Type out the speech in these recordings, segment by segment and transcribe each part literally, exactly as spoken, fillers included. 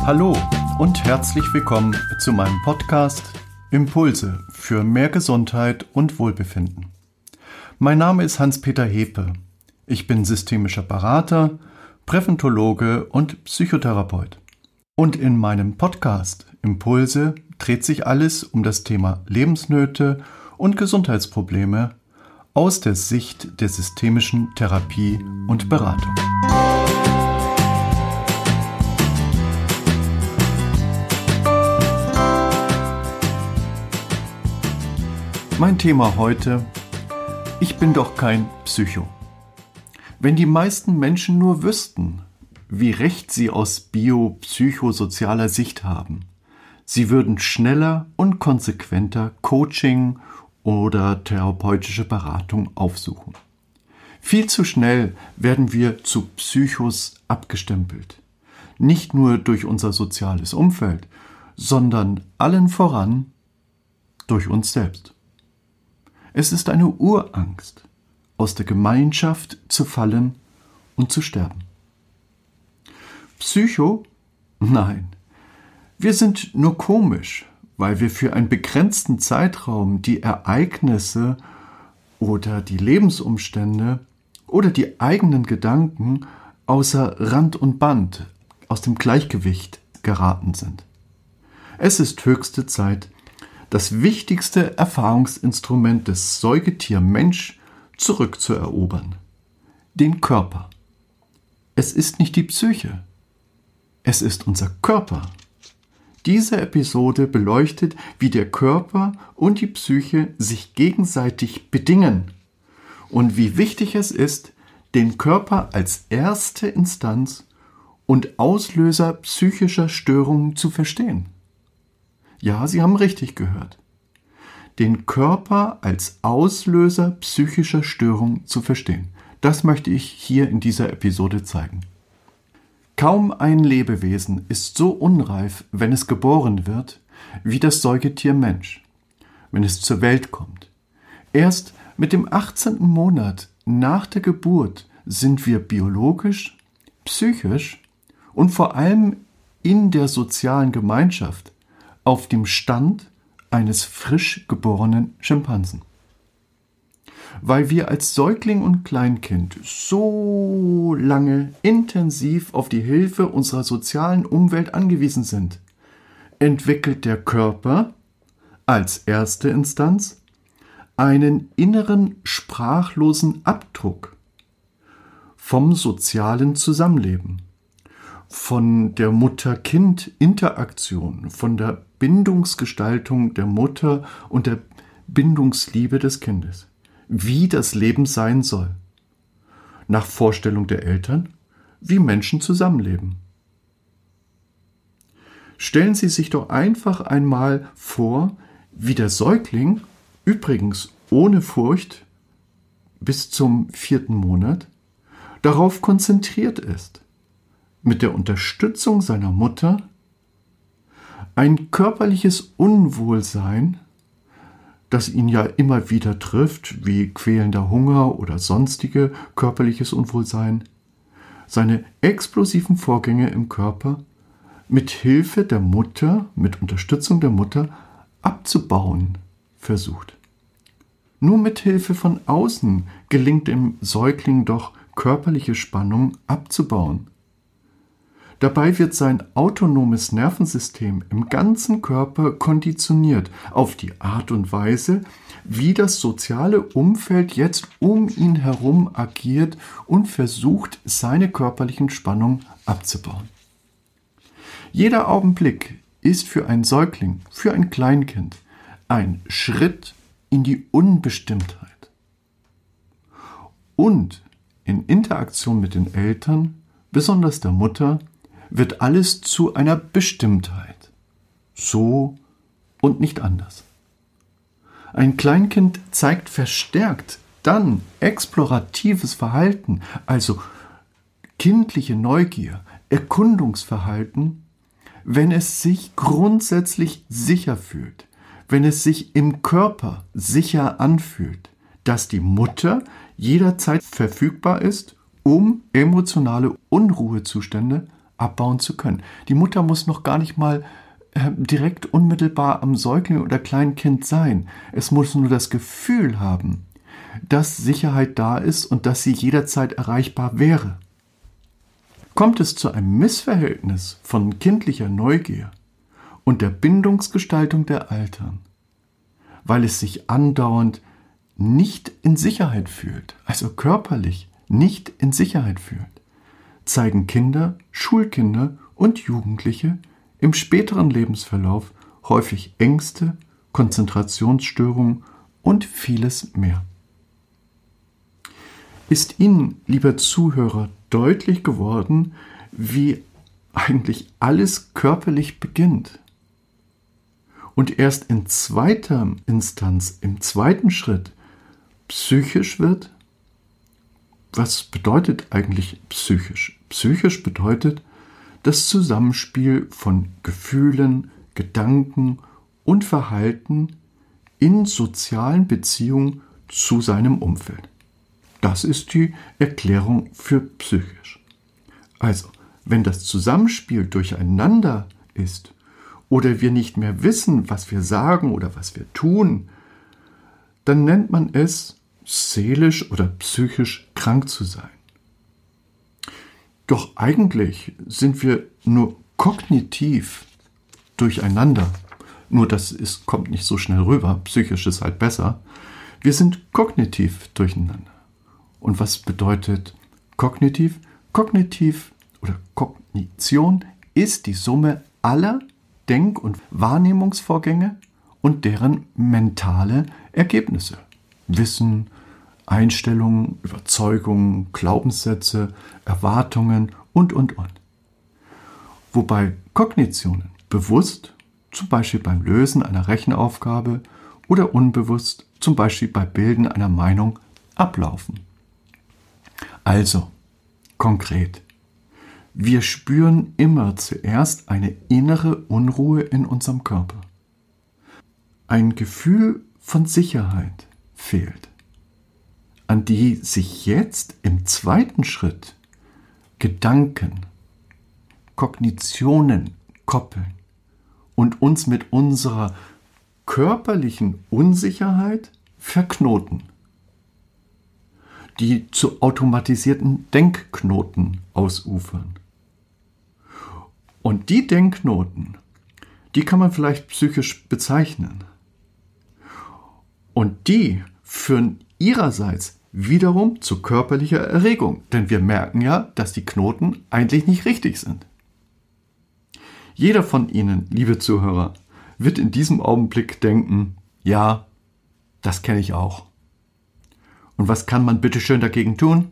Hallo und herzlich willkommen zu meinem Podcast Impulse für mehr Gesundheit und Wohlbefinden. Mein Name ist Hans-Peter Hepe. Ich bin systemischer Berater, Präventologe und Psychotherapeut. Und in meinem Podcast Impulse dreht sich alles um das Thema Lebensnöte und Gesundheitsprobleme aus der Sicht der systemischen Therapie und Beratung. Mein Thema heute: Ich bin doch kein Psycho. Wenn die meisten Menschen nur wüssten, wie recht sie aus biopsychosozialer Sicht haben, sie würden schneller und konsequenter Coaching oder therapeutische Beratung aufsuchen. Viel zu schnell werden wir zu Psychos abgestempelt. Nicht nur durch unser soziales Umfeld, sondern allen voran durch uns selbst. Es ist eine Urangst, aus der Gemeinschaft zu fallen und zu sterben. Psycho? Nein. Wir sind nur komisch, weil wir für einen begrenzten Zeitraum die Ereignisse oder die Lebensumstände oder die eigenen Gedanken außer Rand und Band, aus dem Gleichgewicht geraten sind. Es ist höchste Zeit, das wichtigste Erfahrungsinstrument des Säugetier-Mensch zurückzuerobern: den Körper. Es ist nicht die Psyche, es ist unser Körper. Diese Episode beleuchtet, wie der Körper und die Psyche sich gegenseitig bedingen und wie wichtig es ist, den Körper als erste Instanz und Auslöser psychischer Störungen zu verstehen. Ja, Sie haben richtig gehört. Den Körper als Auslöser psychischer Störungen zu verstehen. Das möchte ich hier in dieser Episode zeigen. Kaum ein Lebewesen ist so unreif, wenn es geboren wird, wie das Säugetier Mensch, wenn es zur Welt kommt. Erst mit dem achtzehnten Monat nach der Geburt sind wir biologisch, psychisch und vor allem in der sozialen Gemeinschaft auf dem Stand eines frisch geborenen Schimpansen. Weil wir als Säugling und Kleinkind so lange intensiv auf die Hilfe unserer sozialen Umwelt angewiesen sind, entwickelt der Körper als erste Instanz einen inneren sprachlosen Abdruck vom sozialen Zusammenleben, von der Mutter-Kind-Interaktion, von der Bindungsgestaltung der Mutter und der Bindungsliebe des Kindes, wie das Leben sein soll, nach Vorstellung der Eltern, wie Menschen zusammenleben. Stellen Sie sich doch einfach einmal vor, wie der Säugling, übrigens ohne Furcht, bis zum vierten Monat, darauf konzentriert ist, mit der Unterstützung seiner Mutter ein körperliches Unwohlsein, das ihn ja immer wieder trifft, wie quälender Hunger oder sonstige körperliches Unwohlsein, seine explosiven Vorgänge im Körper mit Hilfe der Mutter, mit Unterstützung der Mutter abzubauen versucht. Nur mit Hilfe von außen gelingt dem Säugling doch, körperliche Spannung abzubauen. Dabei wird sein autonomes Nervensystem im ganzen Körper konditioniert auf die Art und Weise, wie das soziale Umfeld jetzt um ihn herum agiert und versucht, seine körperlichen Spannungen abzubauen. Jeder Augenblick ist für einen Säugling, für ein Kleinkind, ein Schritt in die Unbestimmtheit. Und in Interaktion mit den Eltern, besonders der Mutter, wird alles zu einer Bestimmtheit. So und nicht anders. Ein Kleinkind zeigt verstärkt dann exploratives Verhalten, also kindliche Neugier, Erkundungsverhalten, wenn es sich grundsätzlich sicher fühlt, wenn es sich im Körper sicher anfühlt, dass die Mutter jederzeit verfügbar ist, um emotionale Unruhezustände abbauen zu können. Die Mutter muss noch gar nicht mal äh, direkt unmittelbar am Säugling oder Kleinkind sein. Es muss nur das Gefühl haben, dass Sicherheit da ist und dass sie jederzeit erreichbar wäre. Kommt es zu einem Missverhältnis von kindlicher Neugier und der Bindungsgestaltung der Eltern, weil es sich andauernd nicht in Sicherheit fühlt, also körperlich nicht in Sicherheit fühlt, zeigen Kinder, Schulkinder und Jugendliche im späteren Lebensverlauf häufig Ängste, Konzentrationsstörungen und vieles mehr. Ist Ihnen, lieber Zuhörer, deutlich geworden, wie eigentlich alles körperlich beginnt und erst in zweiter Instanz, im zweiten Schritt, psychisch wird? Was bedeutet eigentlich psychisch? Psychisch bedeutet das Zusammenspiel von Gefühlen, Gedanken und Verhalten in sozialen Beziehungen zu seinem Umfeld. Das ist die Erklärung für psychisch. Also, wenn das Zusammenspiel durcheinander ist oder wir nicht mehr wissen, was wir sagen oder was wir tun, dann nennt man es seelisch oder psychisch krank zu sein. Doch eigentlich sind wir nur kognitiv durcheinander. Nur das ist, kommt nicht so schnell rüber, psychisch ist halt besser. Wir sind kognitiv durcheinander. Und was bedeutet kognitiv? Kognitiv oder Kognition ist die Summe aller Denk- und Wahrnehmungsvorgänge und deren mentale Ergebnisse. Wissen, Einstellungen, Überzeugungen, Glaubenssätze, Erwartungen und, und, und. Wobei Kognitionen bewusst, zum Beispiel beim Lösen einer Rechenaufgabe oder unbewusst, zum Beispiel beim Bilden einer Meinung, ablaufen. Also, konkret. Wir spüren immer zuerst eine innere Unruhe in unserem Körper. Ein Gefühl von Sicherheit fehlt, an die sich jetzt im zweiten Schritt Gedanken, Kognitionen koppeln und uns mit unserer körperlichen Unsicherheit verknoten, die zu automatisierten Denkknoten ausufern. Und die Denkknoten, die kann man vielleicht psychisch bezeichnen. Und die führen ihrerseits wiederum zu körperlicher Erregung, denn wir merken ja, dass die Knoten eigentlich nicht richtig sind. Jeder von Ihnen, liebe Zuhörer, wird in diesem Augenblick denken, ja, das kenne ich auch. Und was kann man bitte schön dagegen tun?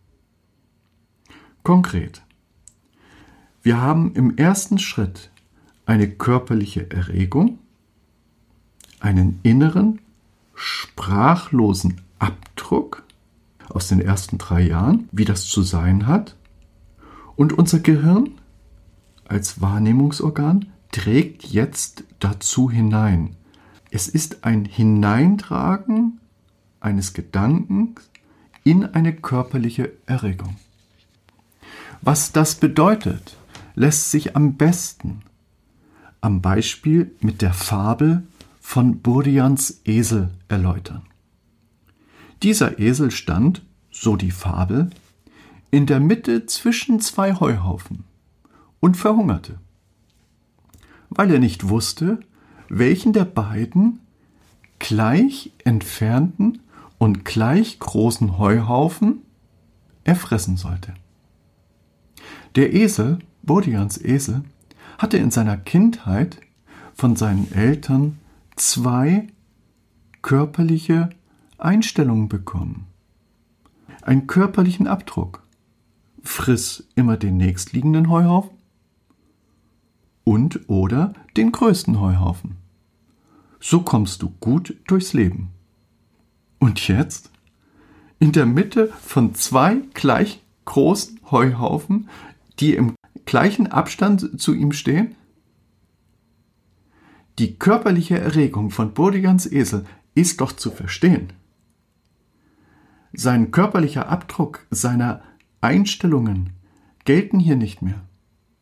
Konkret. Wir haben im ersten Schritt eine körperliche Erregung, einen inneren, sprachlosen Abdruck aus den ersten drei Jahren, wie das zu sein hat. Und unser Gehirn als Wahrnehmungsorgan trägt jetzt dazu hinein. Es ist ein Hineintragen eines Gedankens in eine körperliche Erregung. Was das bedeutet, lässt sich am besten am Beispiel mit der Fabel von Burians Esel erläutern. Dieser Esel stand, so die Fabel, in der Mitte zwischen zwei Heuhaufen und verhungerte, weil er nicht wusste, welchen der beiden gleich entfernten und gleich großen Heuhaufen er fressen sollte. Der Esel, Burians Esel, hatte in seiner Kindheit von seinen Eltern zwei körperliche Einstellungen bekommen. Einen körperlichen Abdruck. Friss immer den nächstliegenden Heuhaufen und oder den größten Heuhaufen. So kommst du gut durchs Leben. Und jetzt? In der Mitte von zwei gleich großen Heuhaufen, die im gleichen Abstand zu ihm stehen? Die körperliche Erregung von Burians Esel ist doch zu verstehen. Sein körperlicher Abdruck seiner Einstellungen gelten hier nicht mehr.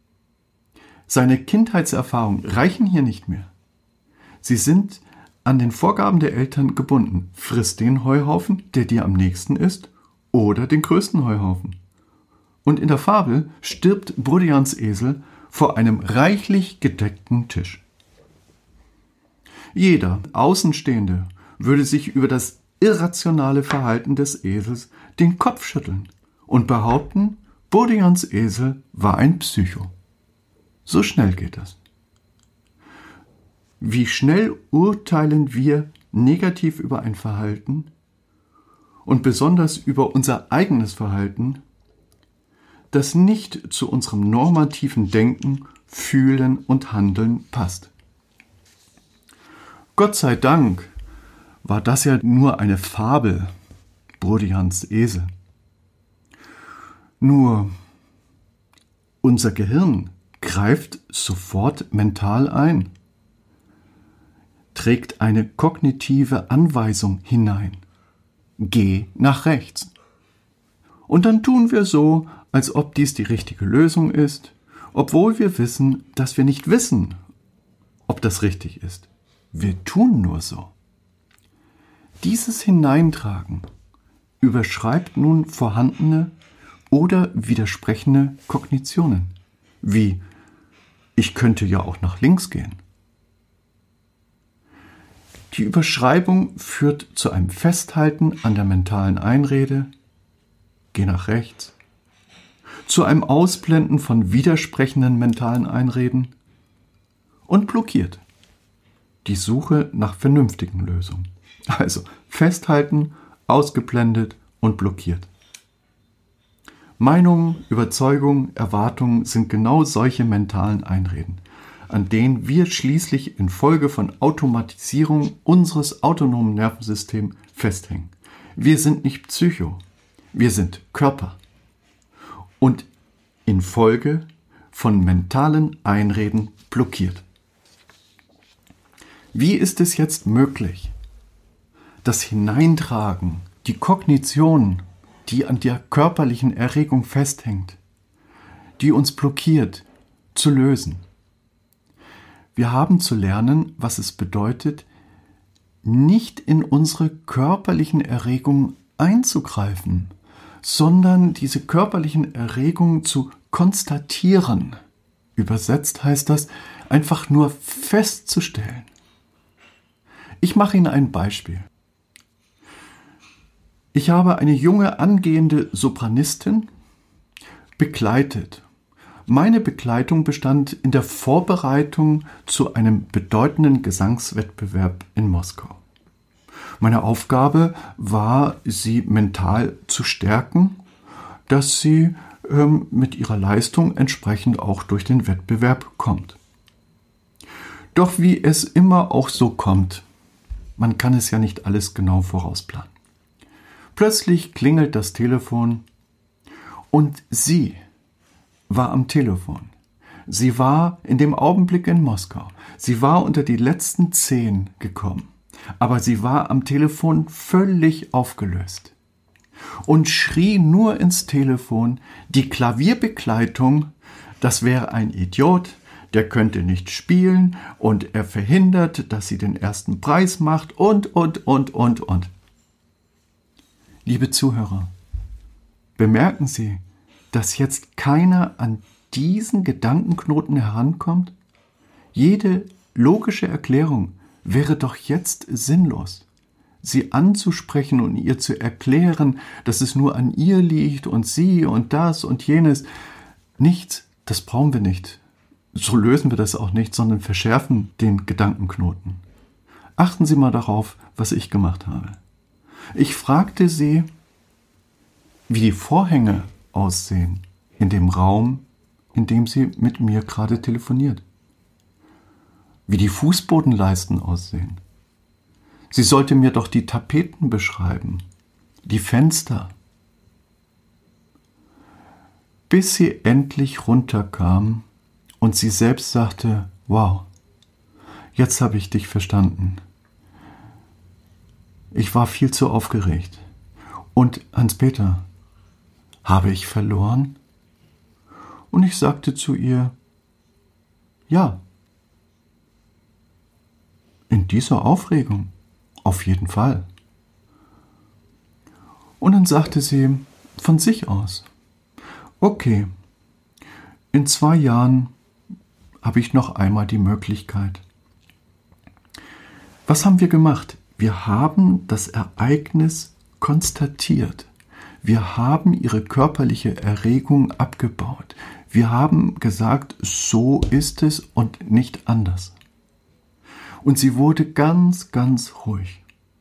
Seine Kindheitserfahrungen reichen hier nicht mehr. Sie sind an den Vorgaben der Eltern gebunden. Friss den Heuhaufen, der dir am nächsten ist, oder den größten Heuhaufen. Und in der Fabel stirbt Bruddians Esel vor einem reichlich gedeckten Tisch. Jeder Außenstehende würde sich über das irrationale Verhalten des Esels den Kopf schütteln und behaupten, Bruddians Esel war ein Psycho. So schnell geht das. Wie schnell urteilen wir negativ über ein Verhalten und besonders über unser eigenes Verhalten, das nicht zu unserem normativen Denken, Fühlen und Handeln passt. Gott sei Dank war das ja nur eine Fabel, Bruddians Esel. Nur unser Gehirn greift sofort mental ein, trägt eine kognitive Anweisung hinein. Geh nach rechts. Und dann tun wir so, als ob dies die richtige Lösung ist, obwohl wir wissen, dass wir nicht wissen, ob das richtig ist. Wir tun nur so. Dieses Hineintragen überschreibt nun vorhandene oder widersprechende Kognitionen, wie ich könnte ja auch nach links gehen. Die Überschreibung führt zu einem Festhalten an der mentalen Einrede, geh nach rechts, zu einem Ausblenden von widersprechenden mentalen Einreden und blockiert die Suche nach vernünftigen Lösungen. Also festhalten, ausgeblendet und blockiert. Meinungen, Überzeugungen, Erwartungen sind genau solche mentalen Einreden, an denen wir schließlich infolge von Automatisierung unseres autonomen Nervensystems festhängen. Wir sind nicht Psycho, wir sind Körper. Und infolge von mentalen Einreden blockiert. Wie ist es jetzt möglich, das Hineintragen, die Kognition, die an der körperlichen Erregung festhängt, die uns blockiert, zu lösen? Wir haben zu lernen, was es bedeutet, nicht in unsere körperlichen Erregungen einzugreifen, sondern diese körperlichen Erregungen zu konstatieren. Übersetzt heißt das, einfach nur festzustellen. Ich mache Ihnen ein Beispiel. Ich habe eine junge angehende Sopranistin begleitet. Meine Begleitung bestand in der Vorbereitung zu einem bedeutenden Gesangswettbewerb in Moskau. Meine Aufgabe war, sie mental zu stärken, dass sie ähm, mit ihrer Leistung entsprechend auch durch den Wettbewerb kommt. Doch wie es immer auch so kommt, man kann es ja nicht alles genau vorausplanen. Plötzlich klingelt das Telefon und sie war am Telefon. Sie war in dem Augenblick in Moskau. Sie war unter die letzten zehn gekommen. Aber sie war am Telefon völlig aufgelöst und schrie nur ins Telefon, die Klavierbegleitung, das wäre ein Idiot, der könnte nicht spielen und er verhindert, dass sie den ersten Preis macht und, und, und, und, und. Liebe Zuhörer, bemerken Sie, dass jetzt keiner an diesen Gedankenknoten herankommt? Jede logische Erklärung wäre doch jetzt sinnlos. Sie anzusprechen und ihr zu erklären, dass es nur an ihr liegt und sie und das und jenes. Nichts, das brauchen wir nicht. So lösen wir das auch nicht, sondern verschärfen den Gedankenknoten. Achten Sie mal darauf, was ich gemacht habe. Ich fragte sie, wie die Vorhänge aussehen in dem Raum, in dem sie mit mir gerade telefoniert. Wie die Fußbodenleisten aussehen. Sie sollte mir doch die Tapeten beschreiben, die Fenster. Bis sie endlich runterkam und sie selbst sagte, wow, jetzt habe ich dich verstanden. Ich war viel zu aufgeregt. Und Hans-Peter, habe ich verloren? Und ich sagte zu ihr, Ja. In dieser Aufregung? Auf jeden Fall. Und dann sagte sie von sich aus, okay, in zwei Jahren habe ich noch einmal die Möglichkeit. Was haben wir gemacht? Wir haben das Ereignis konstatiert. Wir haben ihre körperliche Erregung abgebaut. Wir haben gesagt, so ist es und nicht anders. Und sie wurde ganz, ganz ruhig.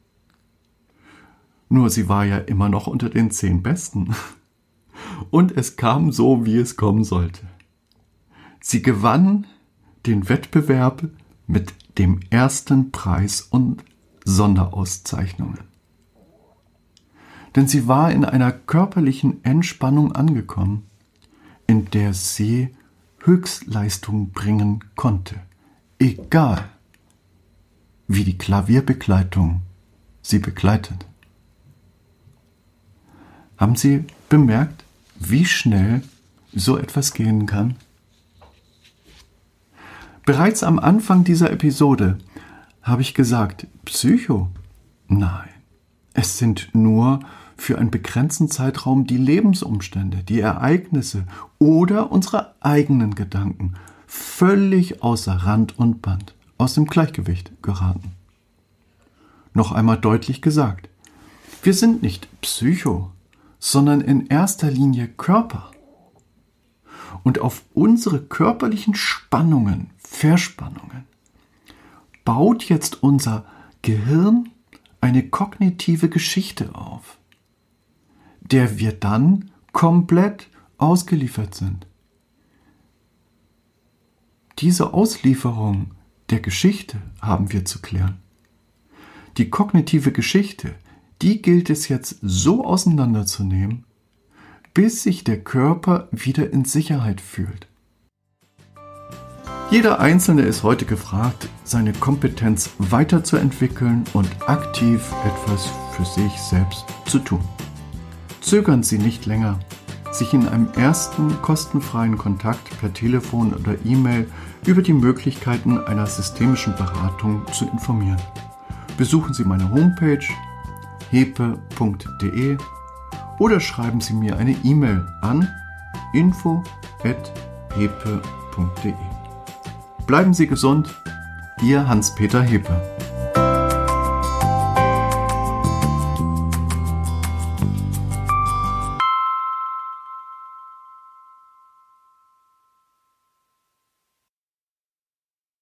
Nur sie war ja immer noch unter den zehn Besten. Und es kam so, wie es kommen sollte. Sie gewann den Wettbewerb mit dem ersten Preis und Sonderauszeichnungen. Denn sie war in einer körperlichen Entspannung angekommen, in der sie Höchstleistung bringen konnte, egal wie die Klavierbegleitung sie begleitet. Haben Sie bemerkt, wie schnell so etwas gehen kann? Bereits am Anfang dieser Episode habe ich gesagt, Psycho? Nein, es sind nur für einen begrenzten Zeitraum die Lebensumstände, die Ereignisse oder unsere eigenen Gedanken völlig außer Rand und Band, aus dem Gleichgewicht geraten. Noch einmal deutlich gesagt, wir sind nicht Psycho, sondern in erster Linie Körper. Und auf unsere körperlichen Spannungen, Verspannungen, baut jetzt unser Gehirn eine kognitive Geschichte auf, der wir dann komplett ausgeliefert sind. Diese Auslieferung der Geschichte haben wir zu klären. Die kognitive Geschichte, die gilt es jetzt so auseinanderzunehmen, bis sich der Körper wieder in Sicherheit fühlt. Jeder Einzelne ist heute gefragt, seine Kompetenz weiterzuentwickeln und aktiv etwas für sich selbst zu tun. Zögern Sie nicht länger, sich in einem ersten kostenfreien Kontakt per Telefon oder E-Mail über die Möglichkeiten einer systemischen Beratung zu informieren. Besuchen Sie meine Homepage hepe punkt de oder schreiben Sie mir eine E-Mail an info at hepe punkt de. Bleiben Sie gesund, Ihr Hans-Peter Hepe.